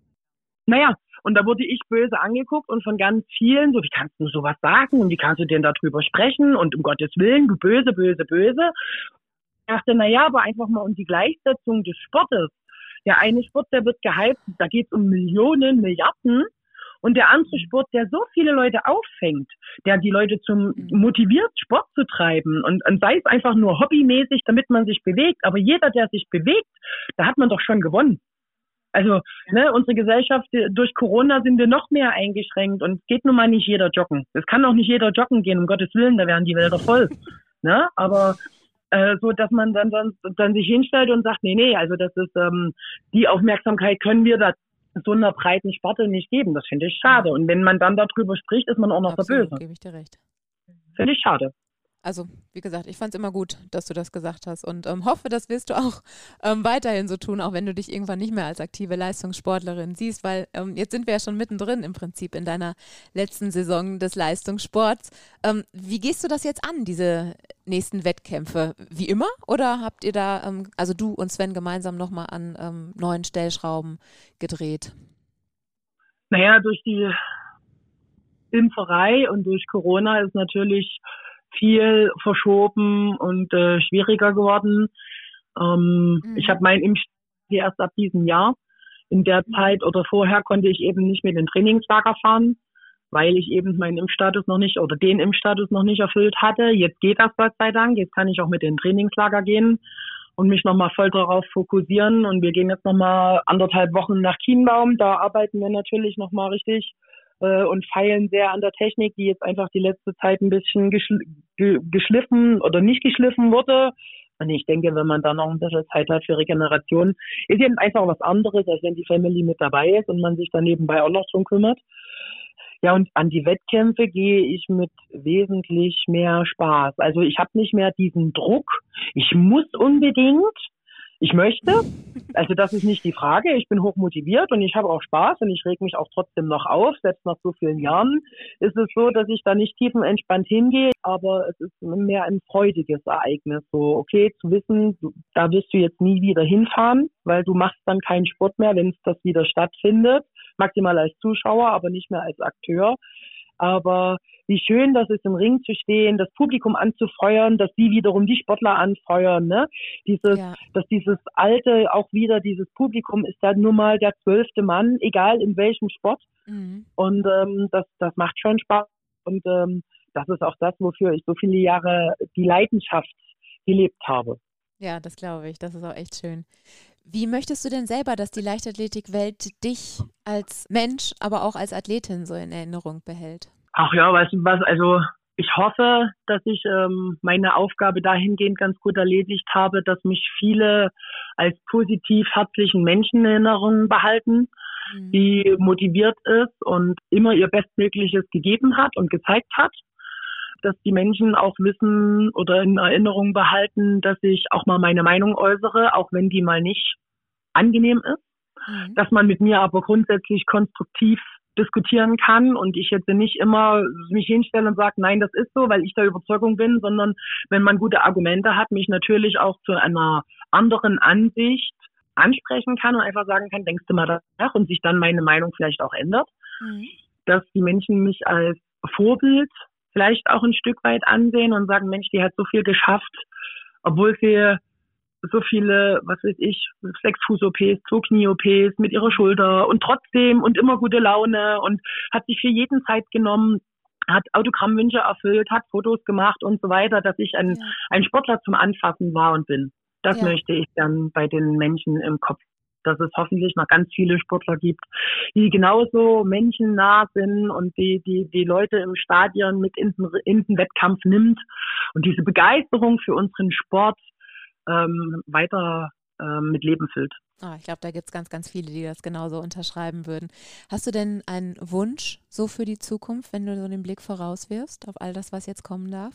Naja, und da wurde ich böse angeguckt und von ganz vielen, so, wie kannst du sowas sagen und wie kannst du denn darüber sprechen und um Gottes Willen, du böse, böse, böse. Ich dachte, naja, aber einfach mal um die Gleichsetzung des Sportes. Der eine Sport, der wird gehypt, da geht es um Millionen, Milliarden. Und der andere Sport, der so viele Leute auffängt, der die Leute zum motiviert, Sport zu treiben und, und sei es einfach nur hobbymäßig, damit man sich bewegt. Aber jeder, der sich bewegt, da hat man doch schon gewonnen. Also, ne, unsere Gesellschaft, durch Corona sind wir noch mehr eingeschränkt und es geht nun mal nicht jeder joggen. Es kann auch nicht jeder joggen gehen, um Gottes Willen, da werden die Wälder voll. Ne, aber äh, so, dass man dann, dann dann sich hinstellt und sagt, nee, nee, also das ist ähm, die Aufmerksamkeit können wir da so einer breiten Sparte nicht geben. Das finde ich schade. Und wenn man dann darüber spricht, ist man auch noch Absolut, der Böse. Gebe ich dir recht. Finde ich schade. Also, wie gesagt, ich fand es immer gut, dass du das gesagt hast und ähm, hoffe, das wirst du auch ähm, weiterhin so tun, auch wenn du dich irgendwann nicht mehr als aktive Leistungssportlerin siehst, weil ähm, jetzt sind wir ja schon mittendrin im Prinzip in deiner letzten Saison des Leistungssports. Ähm, wie gehst du das jetzt an, diese nächsten Wettkämpfe? Wie immer? Oder habt ihr da, ähm, also du und Sven gemeinsam nochmal an ähm, neuen Stellschrauben gedreht? Naja, durch die Impferei und durch Corona ist natürlich viel verschoben und äh, schwieriger geworden. Ähm, mhm. Ich habe meinen Impf erst ab diesem Jahr. In der Zeit oder vorher konnte ich eben nicht mit den Trainingslager fahren, weil ich eben meinen Impfstatus noch nicht oder den Impfstatus noch nicht erfüllt hatte. Jetzt geht das Gott sei Dank. Jetzt kann ich auch mit den Trainingslager gehen und mich nochmal voll darauf fokussieren. Und wir gehen jetzt nochmal anderthalb Wochen nach Kienbaum. Da arbeiten wir natürlich nochmal richtig äh, und feilen sehr an der Technik, die jetzt einfach die letzte Zeit ein bisschen geschl- ge- geschliffen oder nicht geschliffen wurde. Und ich denke, wenn man da noch ein bisschen Zeit hat für Regeneration, ist eben einfach was anderes, als wenn die Family mit dabei ist und man sich dann nebenbei auch noch drum kümmert. Ja, und an die Wettkämpfe gehe ich mit wesentlich mehr Spaß. Also ich habe nicht mehr diesen Druck, ich muss unbedingt, ich möchte. Also das ist nicht die Frage. Ich bin hochmotiviert und ich habe auch Spaß und ich reg mich auch trotzdem noch auf. Selbst nach so vielen Jahren ist es so, dass ich da nicht tiefenentspannt hingehe, aber es ist mehr ein freudiges Ereignis. So, okay, zu wissen, du, da wirst du jetzt nie wieder hinfahren, weil du machst dann keinen Sport mehr, wenn es das wieder stattfindet. Maximal als Zuschauer, aber nicht mehr als Akteur. Aber wie schön das ist, im Ring zu stehen, das Publikum anzufeuern, dass die wiederum die Sportler anfeuern, ne? Dieses, ja. Dass dieses alte, auch wieder dieses Publikum ist da nur mal der zwölfte Mann, egal in welchem Sport. Mhm. Und ähm, das, das macht schon Spaß. Und ähm, das ist auch das, wofür ich so viele Jahre die Leidenschaft gelebt habe. Ja, das glaube ich. Das ist auch echt schön. Wie möchtest du denn selber, dass die Leichtathletikwelt dich als Mensch, aber auch als Athletin so in Erinnerung behält? Ach ja, weißt du was, also ich hoffe, dass ich ähm, meine Aufgabe dahingehend ganz gut erledigt habe, dass mich viele als positiv herzlichen Menschen in Erinnerung behalten, mhm. die motiviert ist und immer ihr Bestmögliches gegeben hat und gezeigt hat. Dass die Menschen auch wissen oder in Erinnerung behalten, dass ich auch mal meine Meinung äußere, auch wenn die mal nicht angenehm ist. Mhm. Dass man mit mir aber grundsätzlich konstruktiv diskutieren kann und ich jetzt nicht immer mich hinstelle und sage, nein, das ist so, weil ich der Überzeugung bin, sondern wenn man gute Argumente hat, mich natürlich auch zu einer anderen Ansicht ansprechen kann und einfach sagen kann, denkst du mal nach und sich dann meine Meinung vielleicht auch ändert. Mhm. Dass die Menschen mich als Vorbild vielleicht auch ein Stück weit ansehen und sagen, Mensch, die hat so viel geschafft, obwohl sie so viele, was weiß ich, sechs Fuß-O Ps, zwei Knie-O Ps mit ihrer Schulter und trotzdem und immer gute Laune und hat sich für jeden Zeit genommen, hat Autogrammwünsche erfüllt, hat Fotos gemacht und so weiter, dass ich ein, ja. ein Sportler zum Anfassen war und bin. Das ja. möchte ich dann bei den Menschen im Kopf, dass es hoffentlich noch ganz viele Sportler gibt, die genauso menschennah sind und die die die Leute im Stadion mit in den, in den Wettkampf nimmt und diese Begeisterung für unseren Sport ähm, weiter ähm, mit Leben füllt. Oh, ich glaube, da gibt es ganz, ganz viele, die das genauso unterschreiben würden. Hast du denn einen Wunsch so für die Zukunft, wenn du so den Blick vorauswirfst auf all das, was jetzt kommen darf?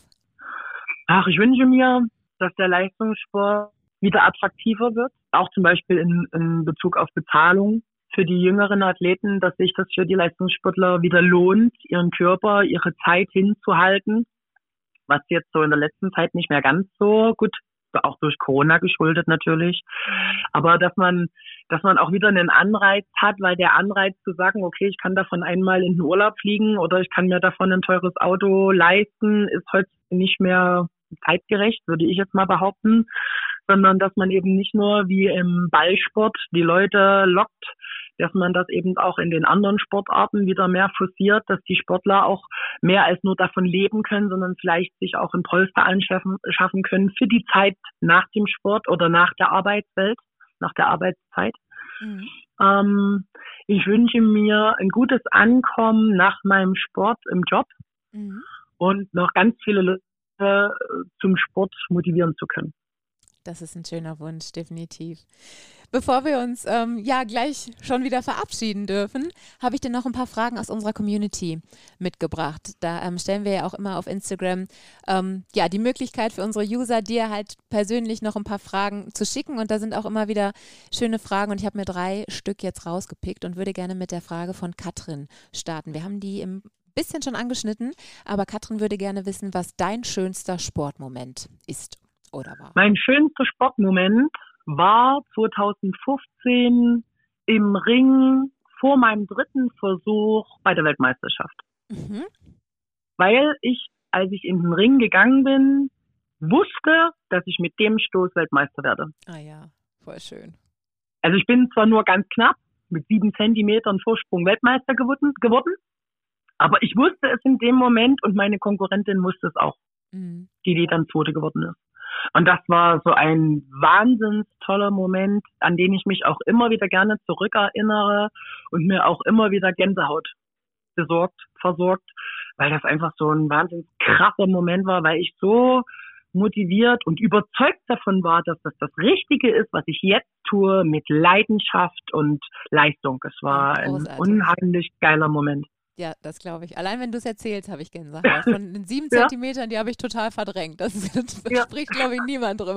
Ach, ich wünsche mir, dass der Leistungssport wieder attraktiver wird, auch zum Beispiel in, in Bezug auf Bezahlung für die jüngeren Athleten, dass sich das für die Leistungssportler wieder lohnt, ihren Körper, ihre Zeit hinzuhalten, was jetzt so in der letzten Zeit nicht mehr ganz so gut, auch durch Corona geschuldet natürlich, aber dass man, dass man auch wieder einen Anreiz hat, weil der Anreiz zu sagen, okay, ich kann davon einmal in den Urlaub fliegen oder ich kann mir davon ein teures Auto leisten, ist heute nicht mehr zeitgerecht, würde ich jetzt mal behaupten, sondern dass man eben nicht nur wie im Ballsport die Leute lockt, dass man das eben auch in den anderen Sportarten wieder mehr forciert, dass die Sportler auch mehr als nur davon leben können, sondern vielleicht sich auch ein Polster anschaffen schaffen können für die Zeit nach dem Sport oder nach der Arbeitswelt, nach der Arbeitszeit. Mhm. Ähm, ich wünsche mir ein gutes Ankommen nach meinem Sport im Job mhm. und noch ganz viele Leute zum Sport motivieren zu können. Das ist ein schöner Wunsch, definitiv. Bevor wir uns ähm, ja gleich schon wieder verabschieden dürfen, habe ich dir noch ein paar Fragen aus unserer Community mitgebracht. Da ähm, stellen wir ja auch immer auf Instagram ähm, ja die Möglichkeit für unsere User, dir halt persönlich noch ein paar Fragen zu schicken. Und da sind auch immer wieder schöne Fragen. Und ich habe mir drei Stück jetzt rausgepickt und würde gerne mit der Frage von Katrin starten. Wir haben die im bisschen schon angeschnitten, aber Katrin würde gerne wissen, was dein schönster Sportmoment ist. Oder war? Mein schönster Sportmoment war zwanzig fünfzehn im Ring vor meinem dritten Versuch bei der Weltmeisterschaft. Mhm. Weil ich, als ich in den Ring gegangen bin, wusste, dass ich mit dem Stoß Weltmeister werde. Ah ja, voll schön. Also ich bin zwar nur ganz knapp mit sieben Zentimetern Vorsprung Weltmeister geworden, geworden, aber ich wusste es in dem Moment und meine Konkurrentin wusste es auch, mhm. die, die dann Zweite geworden ist. Und das war so ein wahnsinns toller Moment, an den ich mich auch immer wieder gerne zurückerinnere und mir auch immer wieder Gänsehaut besorgt, versorgt, weil das einfach so ein wahnsinnig krasser Moment war, weil ich so motiviert und überzeugt davon war, dass das das Richtige ist, was ich jetzt tue, mit Leidenschaft und Leistung. Es war ein unheimlich geiler Moment. Ja, das glaube ich. Allein wenn du es erzählst, habe ich Gänsehaut. Von den sieben ja. Zentimetern, die habe ich total verdrängt. Das, das ja. spricht, glaube ich, niemand drüber.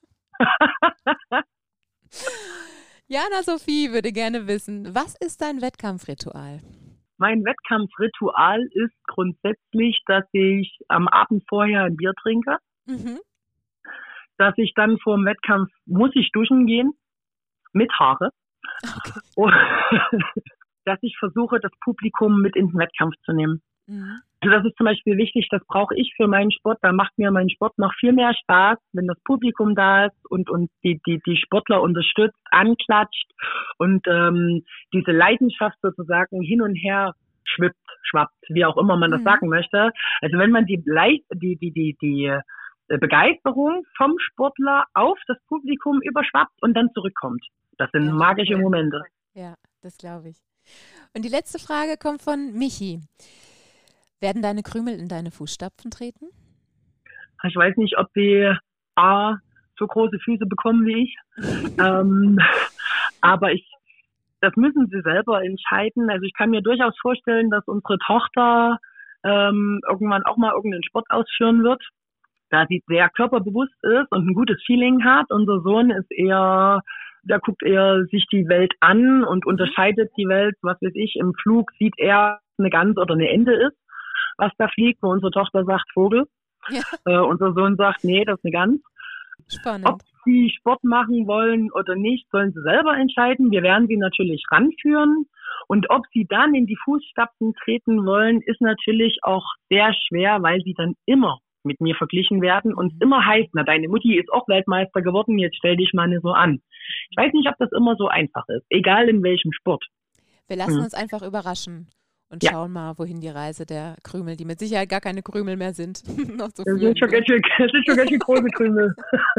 Jana Sophie würde gerne wissen, was ist dein Wettkampfritual? Mein Wettkampfritual ist grundsätzlich, dass ich am Abend vorher ein Bier trinke. Mhm. Dass ich dann vor dem Wettkampf, muss ich duschen gehen, mit Haare. Okay. Und dass ich versuche, das Publikum mit in den Wettkampf zu nehmen. Mhm. Also das ist zum Beispiel wichtig, das brauche ich für meinen Sport. Da macht mir mein Sport noch viel mehr Spaß, wenn das Publikum da ist und und die die die Sportler unterstützt, anklatscht und ähm, diese Leidenschaft sozusagen hin und her schwippt, schwappt, wie auch immer man das mhm. sagen möchte. Also wenn man die Leicht, die die die die Begeisterung vom Sportler auf das Publikum überschwappt und dann zurückkommt. Das sind ja, magische Momente. Ja, das glaube ich. Und die letzte Frage kommt von Michi. Werden deine Krümel in deine Fußstapfen treten? Ich weiß nicht, ob die A, so große Füße bekommen wie ich. ähm, aber ich, das müssen sie selber entscheiden. Also ich kann mir durchaus vorstellen, dass unsere Tochter ähm, irgendwann auch mal irgendeinen Sport ausführen wird, da sie sehr körperbewusst ist und ein gutes Feeling hat. Unser Sohn ist eher, der guckt eher sich die Welt an und unterscheidet die Welt, was weiß ich, im Flug sieht er eine Gans oder eine Ente ist, was da fliegt, wo unsere Tochter sagt Vogel. Ja. Äh, unser Sohn sagt, nee, das ist eine Gans. Spannend. Ob sie Sport machen wollen oder nicht, sollen sie selber entscheiden. Wir werden sie natürlich ranführen. Und ob sie dann in die Fußstapfen treten wollen, ist natürlich auch sehr schwer, weil sie dann immer mit mir verglichen werden und immer heißt, na, deine Mutti ist auch Weltmeister geworden, jetzt stell dich mal nicht so an. Ich weiß nicht, ob das immer so einfach ist, egal in welchem Sport. Wir lassen hm. uns einfach überraschen und ja. schauen mal, wohin die Reise der Krümel, die mit Sicherheit gar keine Krümel mehr sind, noch so das sind schon ganz schön, das sind schon ganz schön große Krümel.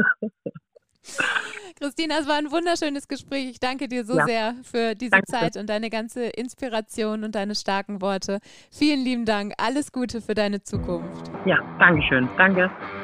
Christina, es war ein wunderschönes Gespräch. Ich danke dir so ja. sehr für diese danke. Zeit und deine ganze Inspiration und deine starken Worte. Vielen lieben Dank. Alles Gute für deine Zukunft. Ja, danke schön. Danke.